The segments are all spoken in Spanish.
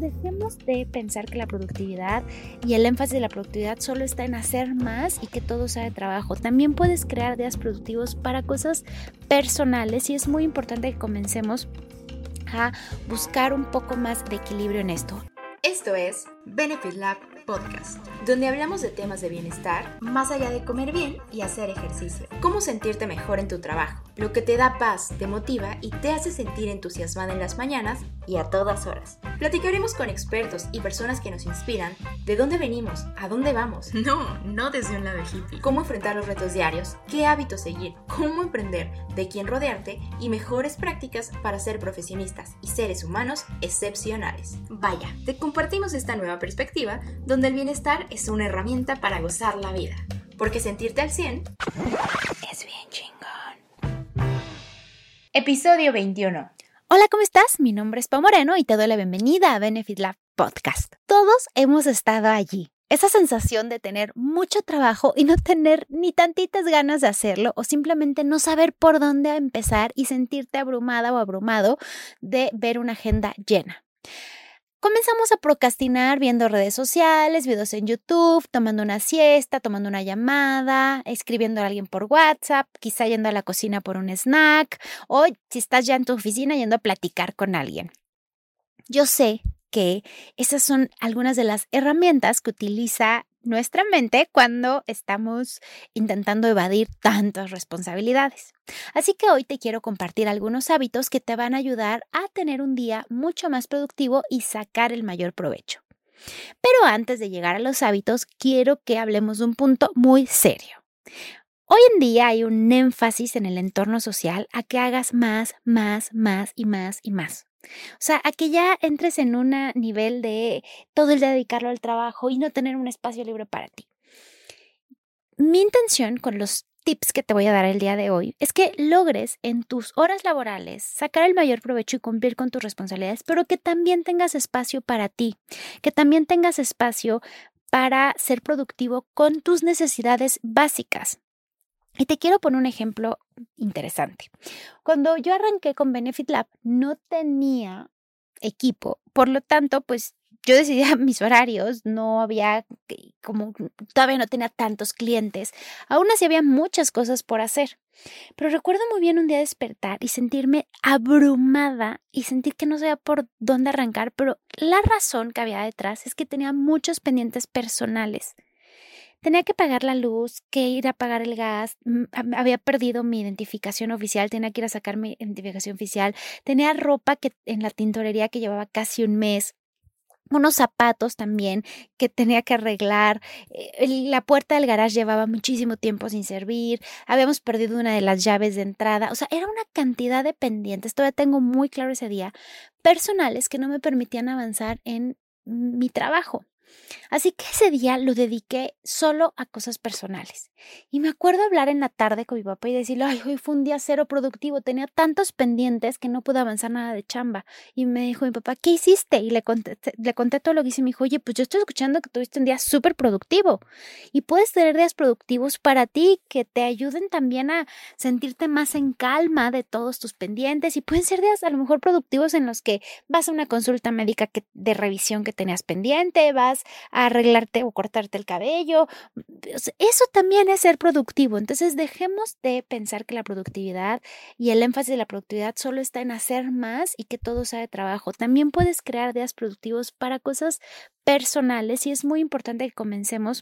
dejemos de pensar que la productividad y el énfasis de la productividad solo está en hacer más y que todo sea de trabajo. También puedes crear días productivos para cosas personales y es muy importante que comencemos a buscar un poco más de equilibrio en esto. Esto es Benefit Lab Podcast, donde hablamos de temas de bienestar más allá de comer bien y hacer ejercicio. Cómo sentirte mejor en tu trabajo, lo que te da paz, te motiva y te hace sentir entusiasmada en las mañanas y a todas horas. Platicaremos con expertos y personas que nos inspiran de dónde venimos, a dónde vamos. No desde un lado hippie. Cómo enfrentar los retos diarios, qué hábitos seguir, cómo emprender, de quién rodearte y mejores prácticas para ser profesionistas y seres humanos excepcionales. Vaya, te compartimos esta nueva perspectiva donde el bienestar es una herramienta para gozar la vida. Porque sentirte al 100 es bien chingón. Episodio 21. Hola, ¿cómo estás? Mi nombre es Pau Moreno y te doy la bienvenida a Benefit Lab Podcast. Todos hemos estado allí. Esa sensación de tener mucho trabajo y no tener ni tantitas ganas de hacerlo o simplemente no saber por dónde empezar y sentirte abrumada o abrumado de ver una agenda llena. Comenzamos a procrastinar viendo redes sociales, videos en YouTube, tomando una siesta, tomando una llamada, escribiendo a alguien por WhatsApp, quizá yendo a la cocina por un snack o si estás ya en tu oficina yendo a platicar con alguien. Yo sé que esas son algunas de las herramientas que utiliza nuestra mente cuando estamos intentando evadir tantas responsabilidades. Así que hoy te quiero compartir algunos hábitos que te van a ayudar a tener un día mucho más productivo y sacar el mayor provecho. Pero antes de llegar a los hábitos, quiero que hablemos de un punto muy serio. Hoy en día hay un énfasis en el entorno social a que hagas más y más. O sea, a que ya entres en un nivel de todo el día dedicarlo al trabajo y no tener un espacio libre para ti. Mi intención con los tips que te voy a dar el día de hoy es que logres en tus horas laborales sacar el mayor provecho y cumplir con tus responsabilidades, pero que también tengas espacio para ti, que también tengas espacio para ser productivo con tus necesidades básicas. Y te quiero poner un ejemplo interesante. Cuando yo arranqué con Benefit Lab, no tenía equipo. Por lo tanto, pues yo decidía mis horarios, no había, como todavía no tenía tantos clientes. Aún así había muchas cosas por hacer. Pero recuerdo muy bien un día despertar y sentirme abrumada y sentir que no sabía por dónde arrancar. Pero la razón que había detrás es que tenía muchos pendientes personales. Tenía que pagar la luz, que ir a pagar el gas, había perdido mi identificación oficial, tenía que ir a sacar mi identificación oficial, tenía ropa que en la tintorería que llevaba casi un mes, unos zapatos también que tenía que arreglar, la puerta del garage llevaba muchísimo tiempo sin servir, habíamos perdido una de las llaves de entrada, o sea, era una cantidad de pendientes, todavía tengo muy claro ese día, personales que no me permitían avanzar en mi trabajo. Así que ese día lo dediqué solo a cosas personales. Y me acuerdo hablar en la tarde con mi papá y decirle, ay, hoy fue un día cero productivo, tenía tantos pendientes que no pude avanzar nada de chamba. Y me dijo mi papá, ¿qué hiciste? Y le conté todo lo que hice y me dijo, oye, pues yo estoy escuchando que tuviste un día súper productivo. Y puedes tener días productivos para ti que te ayuden también a sentirte más en calma de todos tus pendientes. Y pueden ser días a lo mejor productivos en los que vas a una consulta médica de revisión que tenías pendiente, vas a arreglarte o cortarte el cabello. Eso también es ser productivo. Entonces dejemos de pensar que la productividad y el énfasis de la productividad solo está en hacer más y que todo sea de trabajo. También puedes crear días productivos para cosas personales y es muy importante que comencemos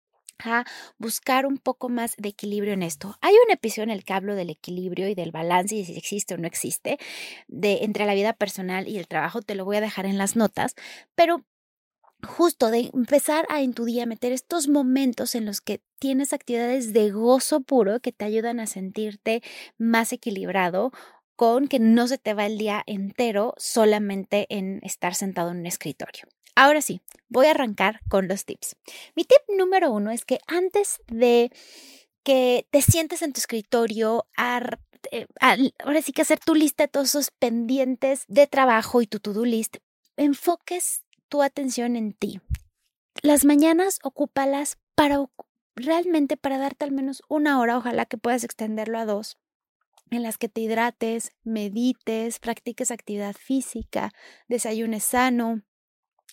a buscar un poco más de equilibrio en esto. Hay un episodio en el que hablo del equilibrio y del balance y si existe o no existe entre la vida personal y el trabajo. Te lo voy a dejar en las notas, pero justo de empezar a en tu día meter estos momentos en los que tienes actividades de gozo puro que te ayudan a sentirte más equilibrado con que no se te va el día entero solamente en estar sentado en un escritorio. Ahora sí, voy a arrancar con los tips. Mi tip número 1 es que antes de que te sientes en tu escritorio ahora sí que hacer tu lista de todos esos pendientes de trabajo y tu to-do list, enfoques tu atención en ti. Las mañanas ocúpalas realmente para darte al menos una hora, ojalá que puedas extenderlo a 2, en las que te hidrates, medites, practiques actividad física, desayunes sano,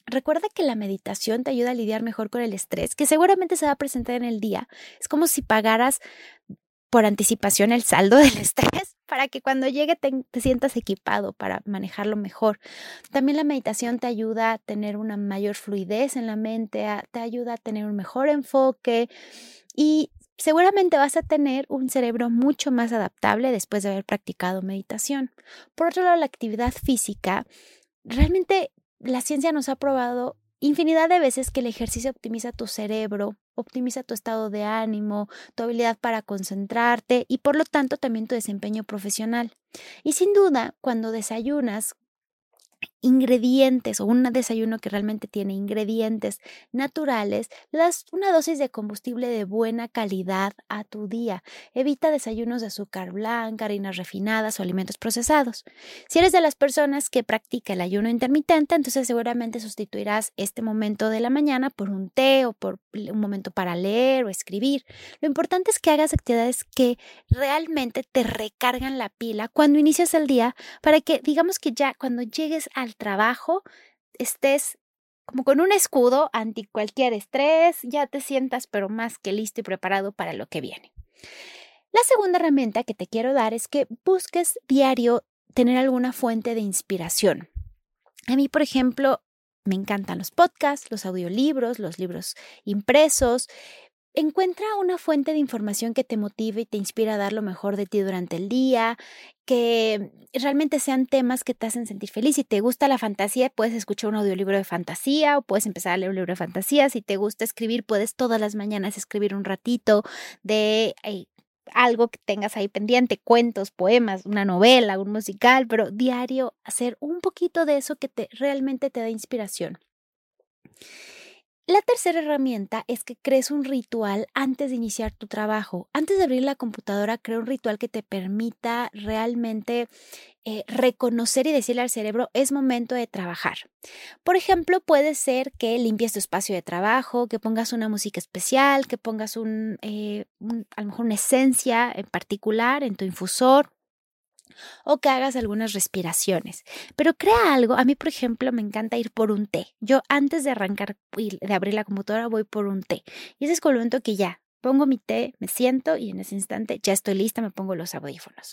recuerda que la meditación te ayuda a lidiar mejor con el estrés, que seguramente se va a presentar en el día. Es como si pagaras por anticipación el saldo del estrés para que cuando llegue te sientas equipado para manejarlo mejor. También la meditación te ayuda a tener una mayor fluidez en la mente, te ayuda a tener un mejor enfoque y seguramente vas a tener un cerebro mucho más adaptable después de haber practicado meditación. Por otro lado, la actividad física, realmente la ciencia nos ha probado infinidad de veces que el ejercicio optimiza tu cerebro, optimiza tu estado de ánimo, tu habilidad para concentrarte y por lo tanto también tu desempeño profesional. Y sin duda, cuando desayunas ingredientes o un desayuno que realmente tiene ingredientes naturales, le das una dosis de combustible de buena calidad a tu día. Evita desayunos de azúcar blanca, harinas refinadas o alimentos procesados. Si eres de las personas que practica el ayuno intermitente, entonces seguramente sustituirás este momento de la mañana por un té o por un momento para leer o escribir. Lo importante es que hagas actividades que realmente te recargan la pila cuando inicias el día para que digamos que ya cuando llegues al trabajo estés como con un escudo anti cualquier estrés, ya te sientas pero más que listo y preparado para lo que viene. La segunda herramienta que te quiero dar es que busques diario tener alguna fuente de inspiración. A mí, por ejemplo, me encantan los podcasts, los audiolibros, los libros impresos. Encuentra una fuente de información que te motive y te inspira a dar lo mejor de ti durante el día, que realmente sean temas que te hacen sentir feliz. Si te gusta la fantasía, puedes escuchar un audiolibro de fantasía o puedes empezar a leer un libro de fantasía. Si te gusta escribir, puedes todas las mañanas escribir un ratito de algo que tengas ahí pendiente, cuentos, poemas, una novela, un musical, pero diario hacer un poquito de eso que realmente te da inspiración. La tercera herramienta es que crees un ritual antes de iniciar tu trabajo. Antes de abrir la computadora, crea un ritual que te permita realmente reconocer y decirle al cerebro, es momento de trabajar. Por ejemplo, puede ser que limpies tu espacio de trabajo, que pongas una música especial, que pongas a lo mejor una esencia en particular en tu infusor, o que hagas algunas respiraciones. Pero crea algo. A mí, por ejemplo, me encanta ir por un té. Yo antes de arrancar y de abrir la computadora voy por un té. Y ese es con el momento que ya pongo mi té, me siento y en ese instante ya estoy lista, me pongo los audífonos.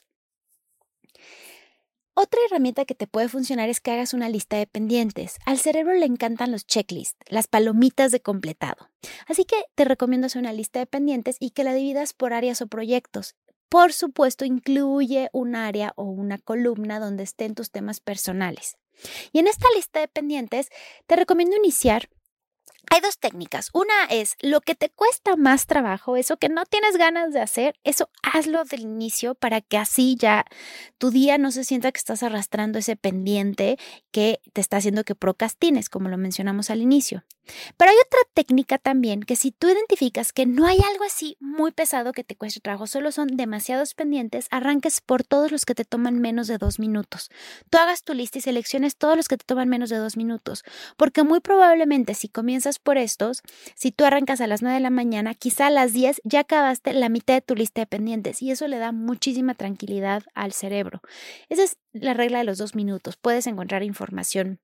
Otra herramienta que te puede funcionar es que hagas una lista de pendientes. Al cerebro le encantan los checklists, las palomitas de completado. Así que te recomiendo hacer una lista de pendientes y que la dividas por áreas o proyectos. Por supuesto, incluye un área o una columna donde estén tus temas personales. Y en esta lista de pendientes, te recomiendo iniciar. Hay dos técnicas. Una es lo que te cuesta más trabajo, eso que no tienes ganas de hacer, eso hazlo del inicio para que así ya tu día no se sienta que estás arrastrando ese pendiente que te está haciendo que procrastines, como lo mencionamos al inicio. Pero hay otra técnica también que si tú identificas que no hay algo así muy pesado que te cueste trabajo, solo son demasiados pendientes, arranques por todos los que te toman menos de 2 minutos. Tú hagas tu lista y selecciones todos los que te toman menos de 2 minutos, porque muy probablemente si comienzas por estos, si tú arrancas a las 9 de la mañana, quizá a las 10 ya acabaste la mitad de tu lista de pendientes y eso le da muchísima tranquilidad al cerebro. Esa es la regla de los 2 minutos. Puedes encontrar información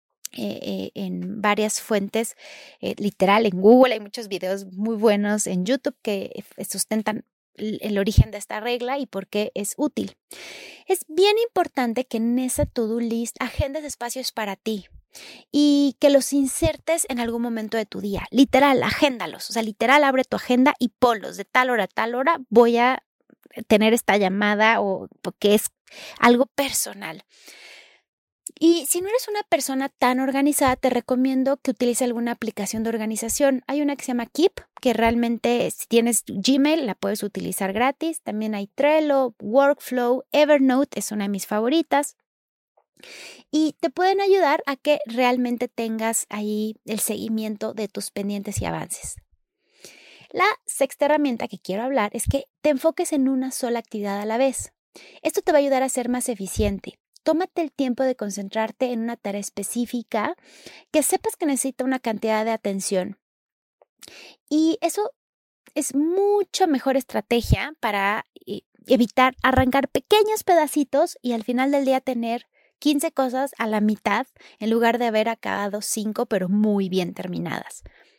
en varias fuentes, literal en Google, hay muchos videos muy buenos en YouTube que sustentan el origen de esta regla y por qué es útil. Es bien importante que en esa to-do list agendes espacios para ti y que los insertes en algún momento de tu día. Literal, agéndalos, o sea, literal, abre tu agenda y ponlos de tal hora a tal hora voy a tener esta llamada o porque es algo personal. Y si no eres una persona tan organizada, te recomiendo que utilices alguna aplicación de organización. Hay una que se llama Keep, que realmente si tienes Gmail la puedes utilizar gratis. También hay Trello, Workflow, Evernote es una de mis favoritas. Y te pueden ayudar a que realmente tengas ahí el seguimiento de tus pendientes y avances. La sexta herramienta que quiero hablar es que te enfoques en una sola actividad a la vez. Esto te va a ayudar a ser más eficiente. Tómate el tiempo de concentrarte en una tarea específica que sepas que necesita una cantidad de atención. Y eso es mucho mejor estrategia para evitar arrancar pequeños pedacitos y al final del día tener 15 cosas a la mitad en lugar de haber acabado 5, pero muy bien terminadas.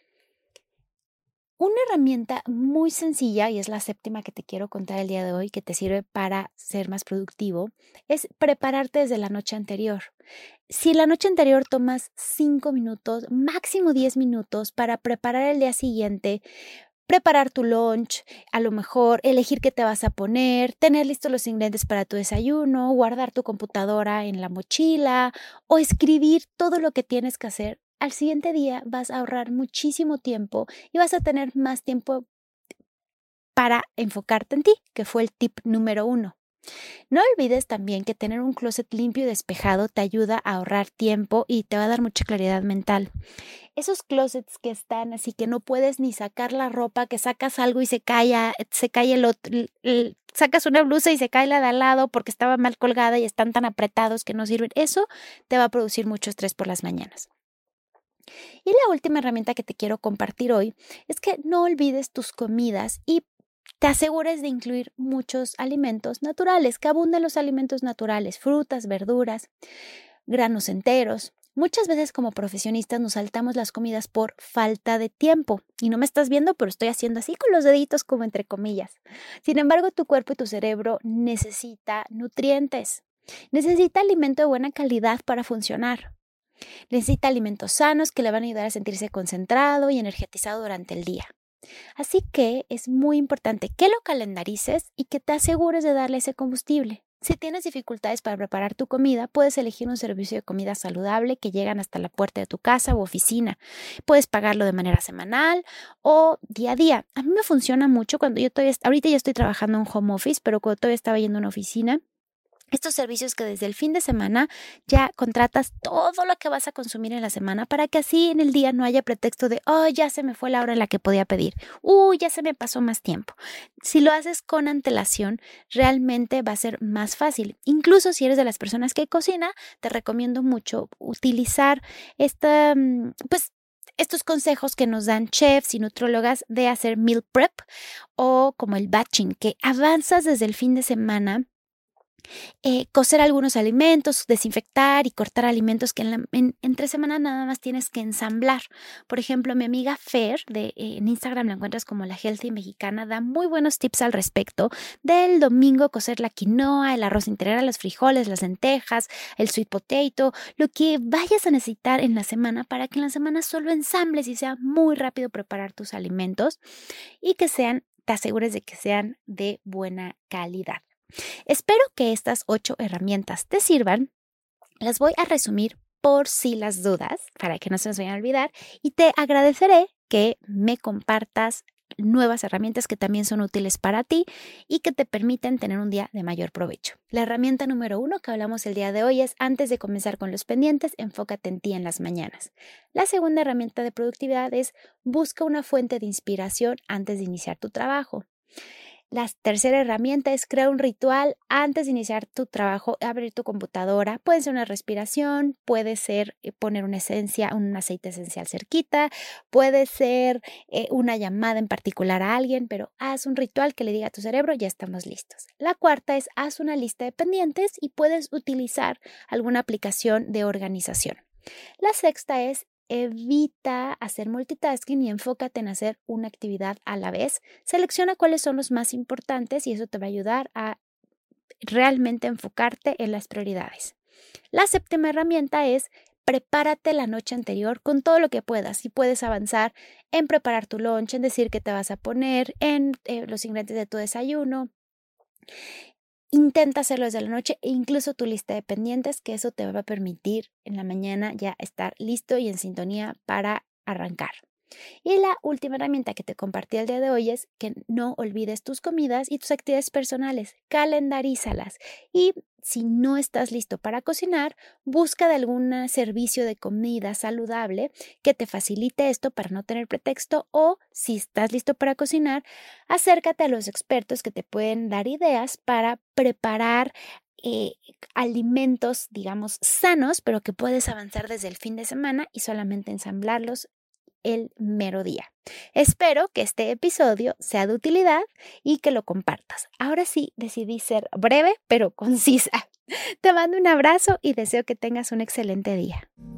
Una herramienta muy sencilla, y es la séptima que te quiero contar el día de hoy, que te sirve para ser más productivo, es prepararte desde la noche anterior. Si la noche anterior tomas 5 minutos, máximo 10 minutos para preparar el día siguiente, preparar tu lunch, a lo mejor elegir qué te vas a poner, tener listos los ingredientes para tu desayuno, guardar tu computadora en la mochila o escribir todo lo que tienes que hacer, al siguiente día vas a ahorrar muchísimo tiempo y vas a tener más tiempo para enfocarte en ti, que fue el tip número 1. No olvides también que tener un closet limpio y despejado te ayuda a ahorrar tiempo y te va a dar mucha claridad mental. Esos closets que están así que no puedes ni sacar la ropa, que sacas algo y se cae el otro, sacas una blusa y se cae la de al lado porque estaba mal colgada y están tan apretados que no sirven. Eso te va a producir mucho estrés por las mañanas. Y la última herramienta que te quiero compartir hoy es que no olvides tus comidas y te asegures de incluir muchos alimentos naturales, que abunden los alimentos naturales, frutas, verduras, granos enteros. Muchas veces como profesionistas nos saltamos las comidas por falta de tiempo. Y no me estás viendo, pero estoy haciendo así con los deditos como entre comillas. Sin embargo, tu cuerpo y tu cerebro necesita nutrientes. Necesita alimento de buena calidad para funcionar. Necesita alimentos sanos que le van a ayudar a sentirse concentrado y energetizado durante el día. Así que es muy importante que lo calendarices y que te asegures de darle ese combustible. Si tienes dificultades para preparar tu comida, puedes elegir un servicio de comida saludable que llegan hasta la puerta de tu casa u oficina. Puedes pagarlo de manera semanal o día a día. A mí me funciona mucho cuando ahorita ya estoy trabajando en home office, pero cuando todavía estaba yendo a una oficina. Estos servicios que desde el fin de semana ya contratas todo lo que vas a consumir en la semana para que así en el día no haya pretexto de, ya se me fue la hora en la que podía pedir, ya se me pasó más tiempo. Si lo haces con antelación, realmente va a ser más fácil. Incluso si eres de las personas que cocina, te recomiendo mucho utilizar estos consejos que nos dan chefs y nutrólogas de hacer meal prep o como el batching, que avanzas desde el fin de semana. Cocer algunos alimentos, desinfectar y cortar alimentos que entre semana nada más tienes que ensamblar. Por ejemplo, mi amiga Fer, en Instagram la encuentras como la Healthy Mexicana, da muy buenos tips al respecto del domingo cocer la quinoa, el arroz integral, los frijoles, las lentejas, el sweet potato, lo que vayas a necesitar en la semana para que en la semana solo ensambles y sea muy rápido preparar tus alimentos y te asegures de que sean de buena calidad. Espero que estas 8 herramientas te sirvan. Las voy a resumir por si las dudas, para que no se nos vayan a olvidar, y te agradeceré que me compartas nuevas herramientas que también son útiles para ti y que te permiten tener un día de mayor provecho. La herramienta número 1 que hablamos el día de hoy es: antes de comenzar con los pendientes, enfócate en ti en las mañanas. La segunda herramienta de productividad es: busca una fuente de inspiración antes de iniciar tu trabajo. La tercera herramienta es: crea un ritual antes de iniciar tu trabajo, abrir tu computadora. Puede ser una respiración, puede ser poner un aceite esencial cerquita, puede ser una llamada en particular a alguien, pero haz un ritual que le diga a tu cerebro: ya estamos listos. La cuarta es: haz una lista de pendientes y puedes utilizar alguna aplicación de organización. La sexta es: evita hacer multitasking y enfócate en hacer una actividad a la vez. Selecciona cuáles son los más importantes y eso te va a ayudar a realmente enfocarte en las prioridades. La séptima herramienta es: prepárate la noche anterior con todo lo que puedas. Si puedes avanzar en preparar tu lunch, en decir qué te vas a poner, en los ingredientes de tu desayuno. Intenta hacerlo desde la noche e incluso tu lista de pendientes, que eso te va a permitir en la mañana ya estar listo y en sintonía para arrancar. Y la última herramienta que te compartí el día de hoy es que no olvides tus comidas y tus actividades personales. Calendarízalas. Y si no estás listo para cocinar, busca de algún servicio de comida saludable que te facilite esto para no tener pretexto, o si estás listo para cocinar, acércate a los expertos que te pueden dar ideas para preparar alimentos, digamos, sanos, pero que puedes avanzar desde el fin de semana y solamente ensamblarlos el mero día. Espero que este episodio sea de utilidad y que lo compartas. Ahora sí, decidí ser breve pero concisa. Te mando un abrazo y deseo que tengas un excelente día.